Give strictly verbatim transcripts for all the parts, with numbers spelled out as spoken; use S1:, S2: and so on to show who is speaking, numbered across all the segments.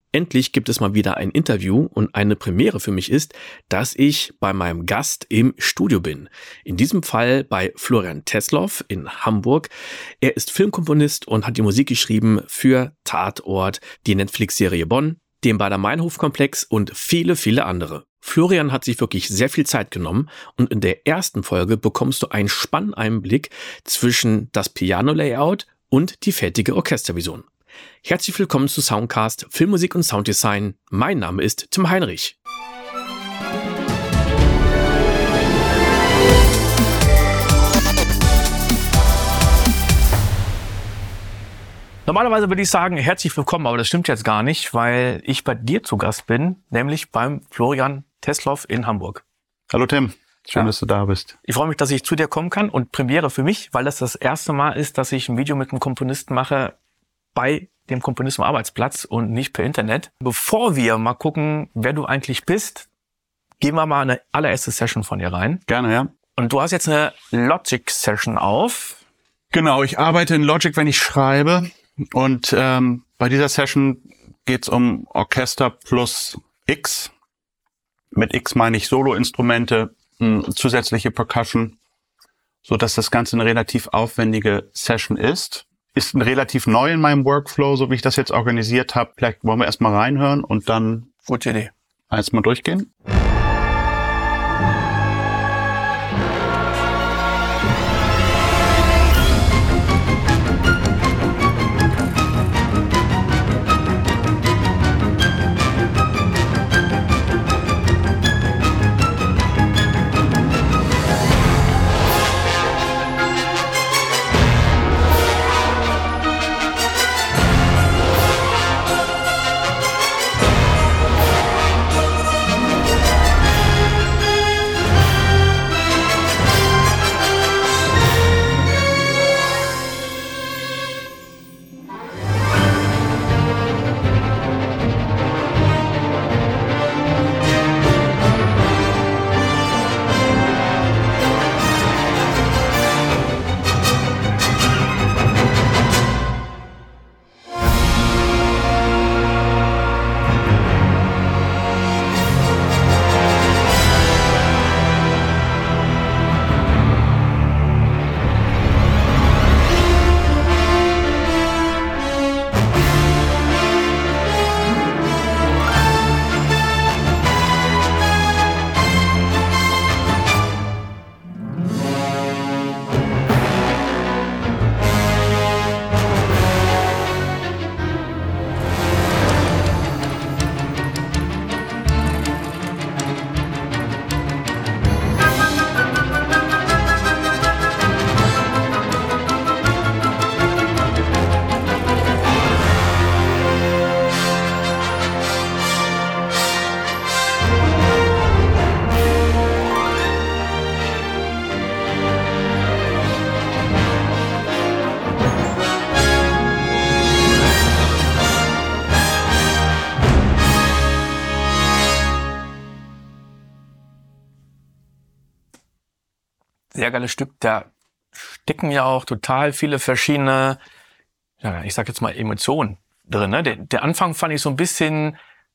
S1: Endlich gibt es mal wieder ein Interview und eine Premiere für mich ist, dass ich bei meinem Gast im Studio bin. In diesem Fall bei Florian Tesloff in Hamburg. Er ist Filmkomponist und hat die Musik geschrieben für Tatort, die Netflix-Serie Bonn, den Baader-Meinhof-Komplex und viele, viele andere. Florian hat sich wirklich sehr viel Zeit genommen und in der ersten Folge bekommst du einen Spanneinblick zwischen das Piano-Layout und die fertige Orchestervision. Herzlich willkommen zu Soundcast Filmmusik und Sounddesign. Mein Name ist Tim Heinrich. Normalerweise würde ich sagen, herzlich willkommen, aber das stimmt jetzt gar nicht, weil ich bei dir zu Gast bin, nämlich beim Florian Tesloff in Hamburg.
S2: Hallo Tim, schön,
S1: ja.
S2: dass du da bist.
S1: Ich freue mich, dass ich zu dir kommen kann und Premiere für mich, weil das das erste Mal ist, dass ich ein Video mit einem Komponisten mache bei dem Komponisten am Arbeitsplatz und nicht per Internet. Bevor wir mal gucken, wer du eigentlich bist, gehen wir mal eine allererste Session von dir rein.
S2: Gerne, ja.
S1: Und du hast jetzt eine Logic-Session auf.
S2: Genau, ich arbeite in Logic, wenn ich schreibe. Und ähm, bei dieser Session geht's um Orchester plus X. Mit X meine ich Solo-Instrumente, zusätzliche Percussion, so dass das Ganze eine relativ aufwendige Session ist. Ist ein relativ neu in meinem Workflow, so wie ich das jetzt organisiert habe. Vielleicht wollen wir erstmal reinhören und dann
S1: gute Idee.
S2: Erstmal durchgehen.
S1: Sehr geiles Stück, da stecken ja auch total viele verschiedene, ja, ich sag jetzt mal Emotionen drin. Ne? Der, der Anfang fand ich so ein bisschen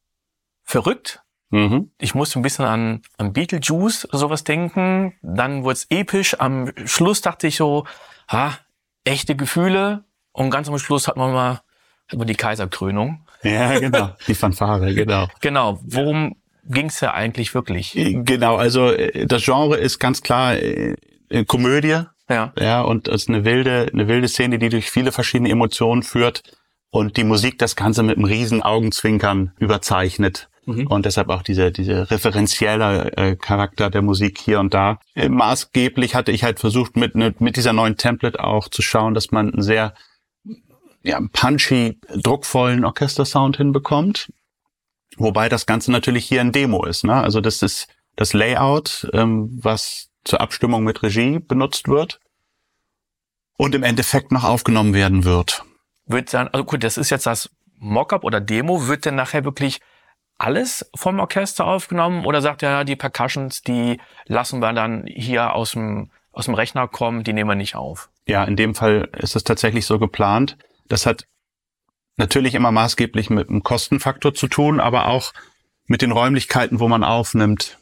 S1: verrückt. Mhm. Ich musste ein bisschen an, an Beetlejuice oder sowas denken. Dann wurde es episch. Am Schluss dachte ich so, ha, echte Gefühle. Und ganz am Schluss hat man mal hat man die Kaiserkrönung.
S2: Ja, genau. Die Fanfare, genau.
S1: Genau. Worum ging's ja eigentlich wirklich?
S2: Genau, also das Genre ist ganz klar äh, Komödie. Ja. Ja, und es ist eine wilde, eine wilde Szene, die durch viele verschiedene Emotionen führt und die Musik das Ganze mit einem riesen Augenzwinkern überzeichnet. Mhm. Und deshalb auch diese, diese referenzielle äh, Charakter der Musik hier und da. Äh, maßgeblich hatte ich halt versucht, mit, ne, mit dieser neuen Template auch zu schauen, dass man einen sehr, ja, punchy, druckvollen Orchestersound hinbekommt. Wobei das Ganze natürlich hier ein Demo ist, ne? Also das ist das Layout, ähm, was zur Abstimmung mit Regie benutzt wird und im Endeffekt noch aufgenommen werden wird.
S1: Wird dann, also gut, das ist jetzt das Mockup oder Demo, wird denn nachher wirklich alles vom Orchester aufgenommen oder sagt er, die Percussions, die lassen wir dann hier aus dem, aus dem Rechner kommen, die nehmen wir nicht auf?
S2: Ja, in dem Fall ist es tatsächlich so geplant. Das hat natürlich immer maßgeblich mit einem Kostenfaktor zu tun, aber auch mit den Räumlichkeiten, wo man aufnimmt.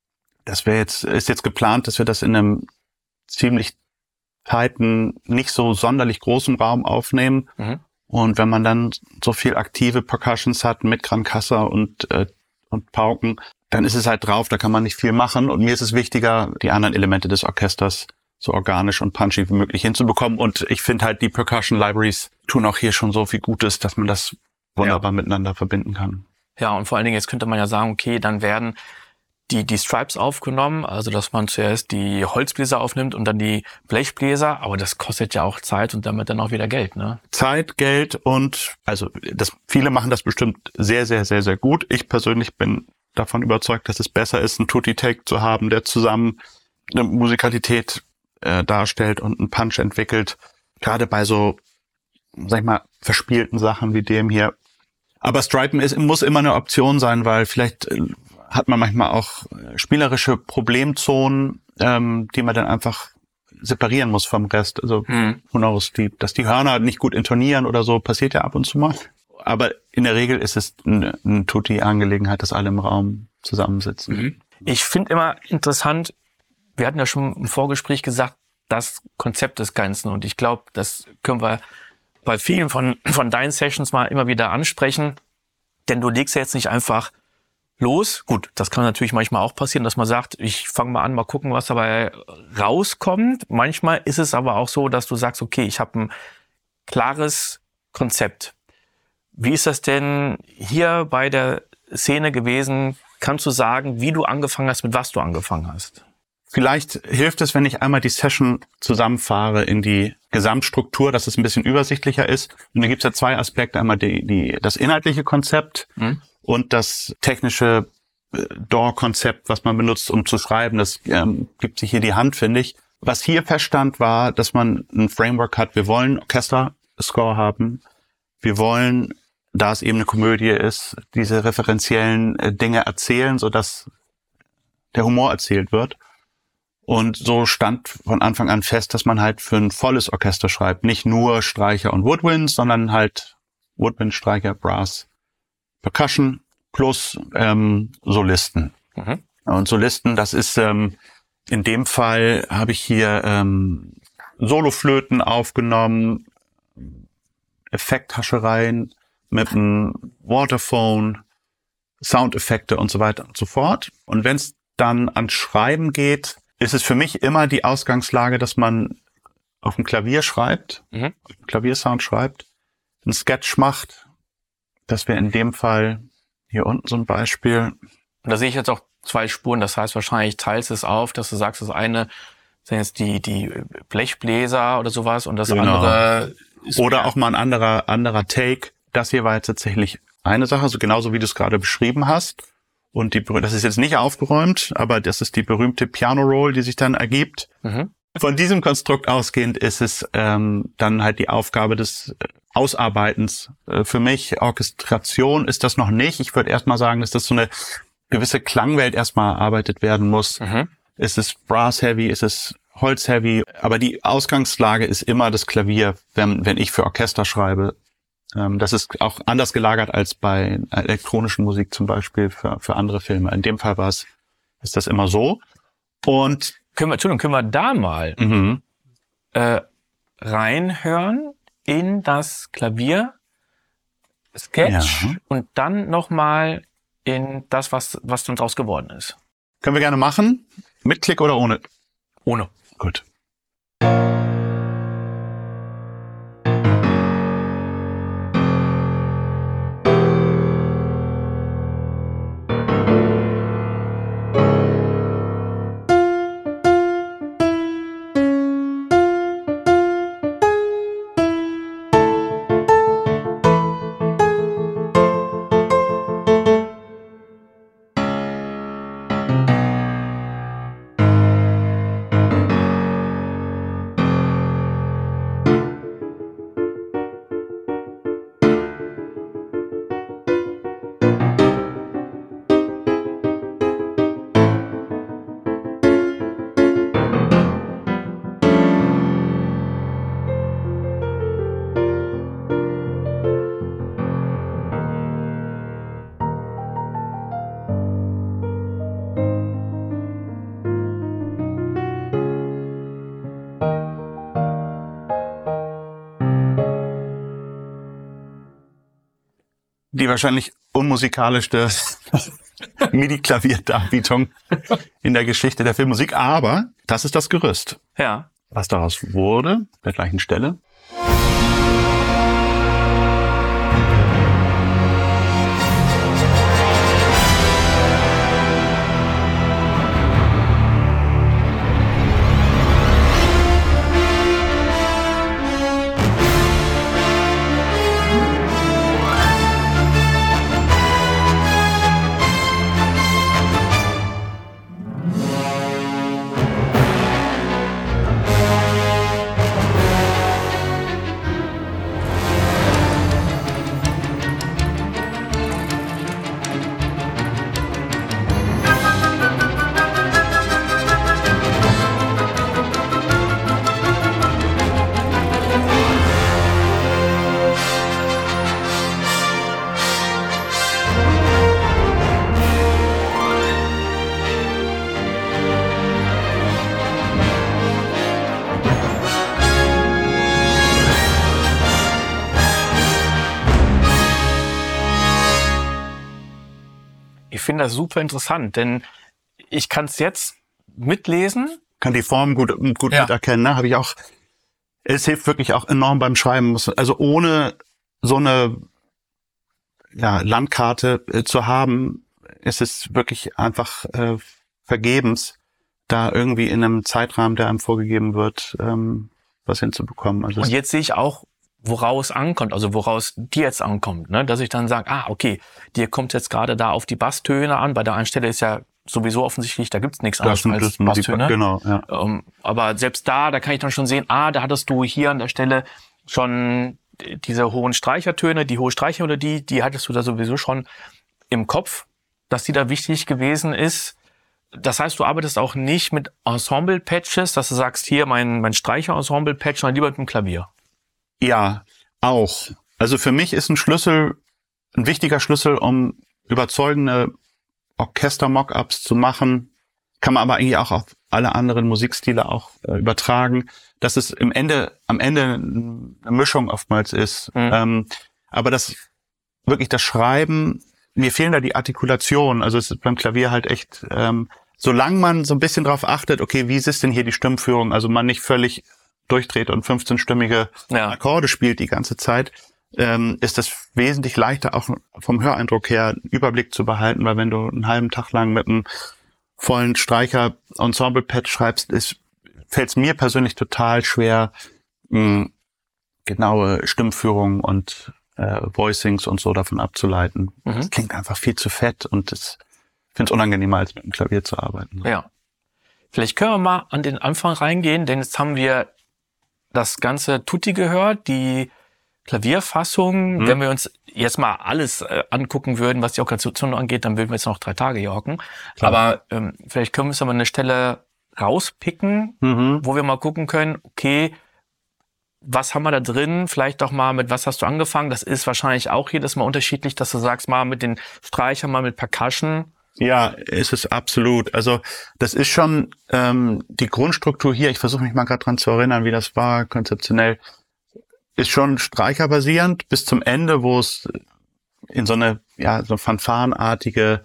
S2: Das wäre jetzt, ist jetzt geplant, dass wir das in einem ziemlich tighten, nicht so sonderlich großen Raum aufnehmen. Mhm. Und wenn man dann so viel aktive Percussions hat mit Grancassa und, äh, und Pauken, dann ist es halt drauf, da kann man nicht viel machen. Und mir ist es wichtiger, die anderen Elemente des Orchesters so organisch und punchy wie möglich hinzubekommen. Und ich finde halt, die Percussion Libraries tun auch hier schon so viel Gutes, dass man das wunderbar ja. miteinander verbinden kann.
S1: Ja, und vor allen Dingen, jetzt könnte man ja sagen, okay, dann werden die die Stripes aufgenommen, also dass man zuerst die Holzbläser aufnimmt und dann die Blechbläser, aber das kostet ja auch Zeit und damit dann auch wieder Geld, ne?
S2: Zeit, Geld und, also das, viele machen das bestimmt sehr, sehr, sehr, sehr gut. Ich persönlich bin davon überzeugt, dass es besser ist, einen Tutti-Take zu haben, der zusammen eine Musikalität äh, darstellt und einen Punch entwickelt. Gerade bei so, sag ich mal, verspielten Sachen wie dem hier. Aber Stripen ist, muss immer eine Option sein, weil vielleicht äh, hat man manchmal auch spielerische Problemzonen, ähm, die man dann einfach separieren muss vom Rest. Also, hm. who knows, die, dass die Hörner nicht gut intonieren oder so, passiert ja ab und zu mal. Aber in der Regel ist es eine, eine Tutti-Angelegenheit, dass alle im Raum zusammensitzen. Mhm.
S1: Ich finde immer interessant, wir hatten ja schon im Vorgespräch gesagt, das Konzept des Ganzen. Und ich glaube, das können wir bei vielen von, von deinen Sessions mal immer wieder ansprechen. Denn du legst ja jetzt nicht einfach los. Gut, das kann natürlich manchmal auch passieren, dass man sagt, ich fange mal an, mal gucken, was dabei rauskommt. Manchmal ist es aber auch so, dass du sagst, okay, ich habe ein klares Konzept. Wie ist das denn hier bei der Szene gewesen? Kannst du sagen, wie du angefangen hast, mit was du angefangen hast?
S2: Vielleicht hilft es, wenn ich einmal die Session zusammenfahre in die Gesamtstruktur, dass es ein bisschen übersichtlicher ist. Und da gibt es ja zwei Aspekte. Einmal die, die, das inhaltliche Konzept mhm. und das technische äh, D A W-Konzept, was man benutzt, um zu schreiben. Das ähm, gibt sich hier die Hand, finde ich. Was hier feststand, war, dass man ein Framework hat. Wir wollen Orchester-Score haben. Wir wollen, da es eben eine Komödie ist, diese referenziellen äh, Dinge erzählen, sodass der Humor erzählt wird. Und so stand von Anfang an fest, dass man halt für ein volles Orchester schreibt. Nicht nur Streicher und Woodwinds, sondern halt Woodwind, Streicher, Brass, Percussion plus ähm, Solisten. Mhm. Und Solisten, das ist ähm, in dem Fall habe ich hier ähm, Soloflöten aufgenommen, Effekthaschereien mit einem Waterphone, Soundeffekte und so weiter und so fort. Und wenn es dann ans Schreiben geht, ist es für mich immer die Ausgangslage, dass man auf dem Klavier schreibt, mhm. auf dem Klaviersound schreibt, einen Sketch macht. Das wäre in dem Fall hier unten so ein Beispiel.
S1: Und da sehe ich jetzt auch zwei Spuren. Das heißt, wahrscheinlich teilst es auf, dass du sagst, das eine sind jetzt die die Blechbläser oder sowas und das genau. andere ist
S2: oder auch mal ein anderer anderer Take. Das hier war jetzt tatsächlich eine Sache, also genauso wie du es gerade beschrieben hast. Und die, das ist jetzt nicht aufgeräumt, aber das ist die berühmte Piano-Roll, die sich dann ergibt. Mhm. Von diesem Konstrukt ausgehend ist es ähm, dann halt die Aufgabe des Ausarbeitens. Äh, für mich, Orchestration ist das noch nicht. Ich würde erstmal sagen, dass das so eine gewisse Klangwelt erstmal erarbeitet werden muss. Mhm. Ist es Brass-heavy, ist es Holz-heavy? Aber die Ausgangslage ist immer das Klavier, wenn, wenn ich für Orchester schreibe. Das ist auch anders gelagert als bei elektronischen Musik zum Beispiel für, für andere Filme. In dem Fall war es, ist das immer so. Und
S1: können wir, Entschuldigung, können wir da mal mhm. äh, reinhören in das Klavier Sketch ja. und dann nochmal in das, was, was dann draus geworden ist.
S2: Können wir gerne machen. Mit Klick oder ohne?
S1: Ohne.
S2: Gut. die wahrscheinlich unmusikalischste MIDI-Klavierdarbietung in der Geschichte der Filmmusik. Aber das ist das Gerüst.
S1: Ja.
S2: Was daraus wurde, an der gleichen Stelle.
S1: Ich finde das super interessant, denn ich kann es jetzt mitlesen.
S2: Kann die Form gut, gut
S1: ja.
S2: miterkennen, ne? Habe ich auch. Es hilft wirklich auch enorm beim Schreiben. Also ohne so eine ja, Landkarte äh, zu haben, ist es wirklich einfach äh, vergebens, da irgendwie in einem Zeitrahmen, der einem vorgegeben wird, ähm, was hinzubekommen. Also
S1: und jetzt sehe ich auch, woraus ankommt, also woraus die jetzt ankommt, ne? Dass ich dann sage, ah, okay, dir kommt jetzt gerade da auf die Basstöne an. Bei der einen Stelle ist ja sowieso offensichtlich, da gibt's nichts anderes als Basstöne.
S2: Genau, ja.
S1: Ähm, aber selbst da, da kann ich dann schon sehen, ah, da hattest du hier an der Stelle schon diese hohen Streichertöne, die hohe Streichermelodie, die hattest du da sowieso schon im Kopf, dass die da wichtig gewesen ist. Das heißt, du arbeitest auch nicht mit Ensemble-Patches, dass du sagst, hier mein, mein Streicher-Ensemble-Patch, sondern lieber mit dem Klavier.
S2: Ja, auch. Also für mich ist ein Schlüssel, ein wichtiger Schlüssel, um überzeugende Orchester-Mockups zu machen, kann man aber eigentlich auch auf alle anderen Musikstile auch äh, übertragen, dass es im Ende, am Ende eine Mischung oftmals ist. Mhm. Ähm, aber das wirklich das Schreiben, mir fehlen da die Artikulationen. Also es ist beim Klavier halt echt, ähm, solange man so ein bisschen drauf achtet, okay, wie ist denn hier die Stimmführung? Also man nicht völlig durchdreht und fünfzehnstimmige ja. Akkorde spielt die ganze Zeit, ähm, ist das wesentlich leichter, auch vom Höreindruck her einen Überblick zu behalten, weil wenn du einen halben Tag lang mit einem vollen Streicher-Ensemble-Pad schreibst, fällt es mir persönlich total schwer, mh, genaue Stimmführung und äh, Voicings und so davon abzuleiten. Mhm. Das klingt einfach viel zu fett und ich finde es unangenehmer, als mit dem Klavier zu arbeiten.
S1: Ja. Vielleicht können wir mal an den Anfang reingehen, denn jetzt haben wir das ganze Tutti gehört, die Klavierfassung. Hm. Wenn wir uns jetzt mal alles äh, angucken würden, was die Orchestration angeht, dann würden wir jetzt noch drei Tage hier hocken. Klar. Aber ähm, vielleicht können wir uns aber eine Stelle rauspicken, mhm. wo wir mal gucken können, okay, was haben wir da drin? Vielleicht doch mal, mit was hast du angefangen? Das ist wahrscheinlich auch jedes Mal unterschiedlich, dass du sagst, mal mit den Streichern, mal mit Percussion.
S2: Ja, ist es absolut. Also das ist schon ähm, die Grundstruktur hier. Ich versuche mich mal gerade dran zu erinnern, wie das war konzeptionell. Ist schon streicherbasierend bis zum Ende, wo es in so eine ja so fanfarenartige,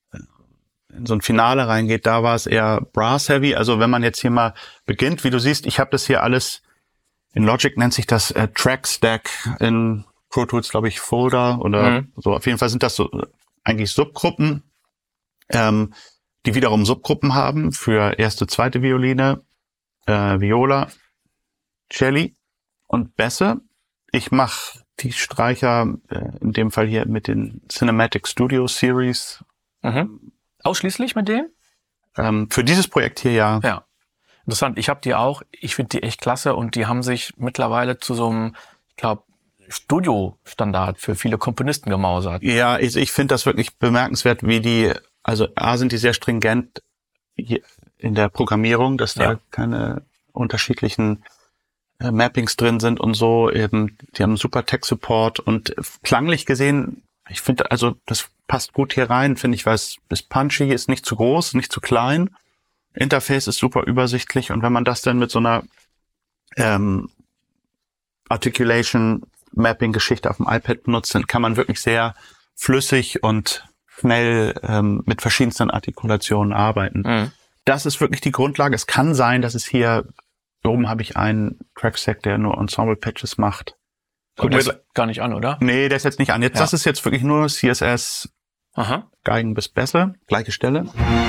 S2: in so ein Finale reingeht. Da war es eher brass-heavy. Also wenn man jetzt hier mal beginnt, wie du siehst, ich habe das hier alles, in Logic nennt sich das äh, Track-Stack, in Pro Tools glaube ich Folder oder mhm. so. Auf jeden Fall sind das so eigentlich Subgruppen, Ähm, die wiederum Subgruppen haben für erste, zweite Violine, äh, Viola, Celli und Bässe. Ich mache die Streicher äh, in dem Fall hier mit den Cinematic Studio Series.
S1: Mhm. Ausschließlich mit denen?
S2: Ähm, für dieses Projekt hier ja.
S1: Ja, interessant. Ich habe die auch. Ich finde die echt klasse und die haben sich mittlerweile zu so einem, ich glaube, Studio-Standard für viele Komponisten gemausert.
S2: Ja, ich, ich finde das wirklich bemerkenswert, wie die Also A, sind die sehr stringent in der Programmierung, dass da ja. keine unterschiedlichen äh, Mappings drin sind und so. Eben, die haben super Tech-Support und klanglich gesehen, ich finde, also das passt gut hier rein, finde ich, weil es ist punchy, ist nicht zu groß, nicht zu klein. Interface ist super übersichtlich und wenn man das dann mit so einer ähm, Articulation Mapping-Geschichte auf dem iPad benutzt, dann kann man wirklich sehr flüssig und schnell ähm, mit verschiedensten Artikulationen arbeiten. Mhm. Das ist wirklich die Grundlage. Es kann sein, dass es hier, oben habe ich einen Trackstack, der nur Ensemble-Patches macht.
S1: Gucken wir gar nicht an, oder?
S2: Nee, der ist jetzt nicht an. Jetzt, ja. Das ist jetzt wirklich nur C S S, Aha. Geigen bis Bässe, gleiche Stelle.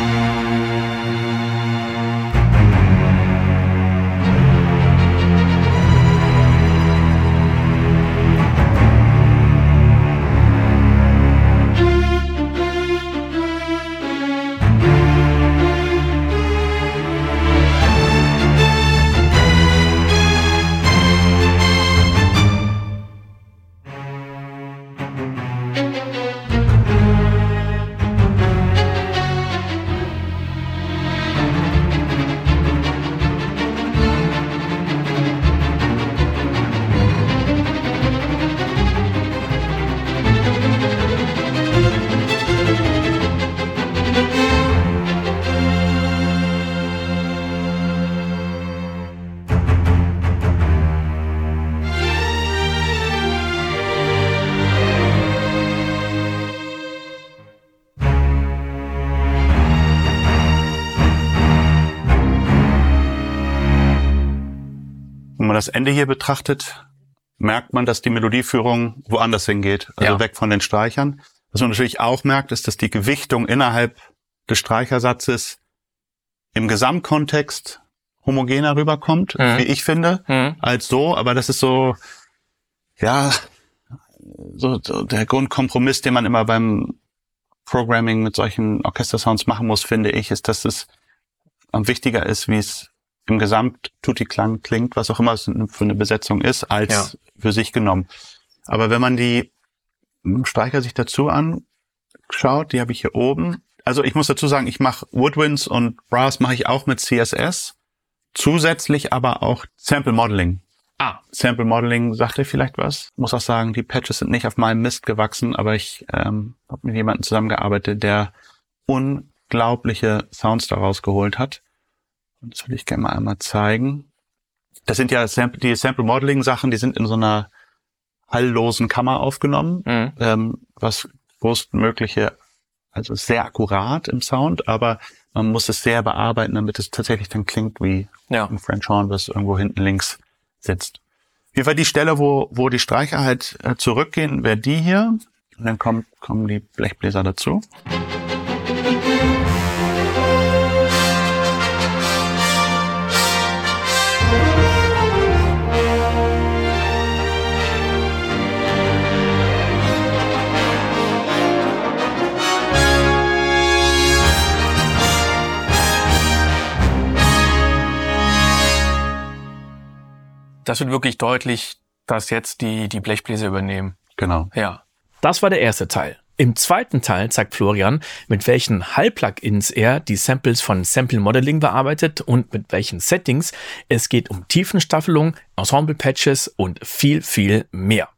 S2: Wenn man das Ende hier betrachtet, merkt man, dass die Melodieführung woanders hingeht, also ja. weg von den Streichern. Was man natürlich auch merkt, ist, dass die Gewichtung innerhalb des Streichersatzes im Gesamtkontext homogener rüberkommt, mhm. wie ich finde, mhm. als so. Aber das ist so, ja, so, so der Grundkompromiss, den man immer beim Programming mit solchen Orchestersounds machen muss, finde ich, ist, dass es am wichtiger ist, wie es im Gesamt-Tutti-Klang klingt, was auch immer es für eine Besetzung ist, als ja. für sich genommen. Aber wenn man die Streicher sich dazu anschaut, die habe ich hier oben. Also ich muss dazu sagen, ich mache Woodwinds und Brass mache ich auch mit C S S, zusätzlich aber auch Sample Modeling. Ah, Sample Modeling, sagt ihr vielleicht was? Ich muss auch sagen, die Patches sind nicht auf meinem Mist gewachsen, aber ich ähm, habe mit jemandem zusammengearbeitet, der unglaubliche Sounds daraus geholt hat. Und das will ich gerne mal einmal zeigen. Das sind ja Sample, die Sample Modeling Sachen, die sind in so einer halllosen Kammer aufgenommen, mhm. ähm, was größtmögliche, also sehr akkurat im Sound, aber man muss es sehr bearbeiten, damit es tatsächlich dann klingt wie ja. ein French Horn, was irgendwo hinten links sitzt. Auf jeden Fall die Stelle, wo wo die Streicher halt äh, zurückgehen, wäre die hier. Und dann kommt, kommen die Blechbläser dazu.
S1: Das wird wirklich deutlich, dass jetzt die, die Blechbläser übernehmen.
S2: Genau.
S1: Ja. Das war der erste Teil. Im zweiten Teil zeigt Florian, mit welchen Hall-Plugins er die Samples von Sample Modeling bearbeitet und mit welchen Settings. Es geht um Tiefenstaffelung, Ensemble-Patches und viel, viel mehr.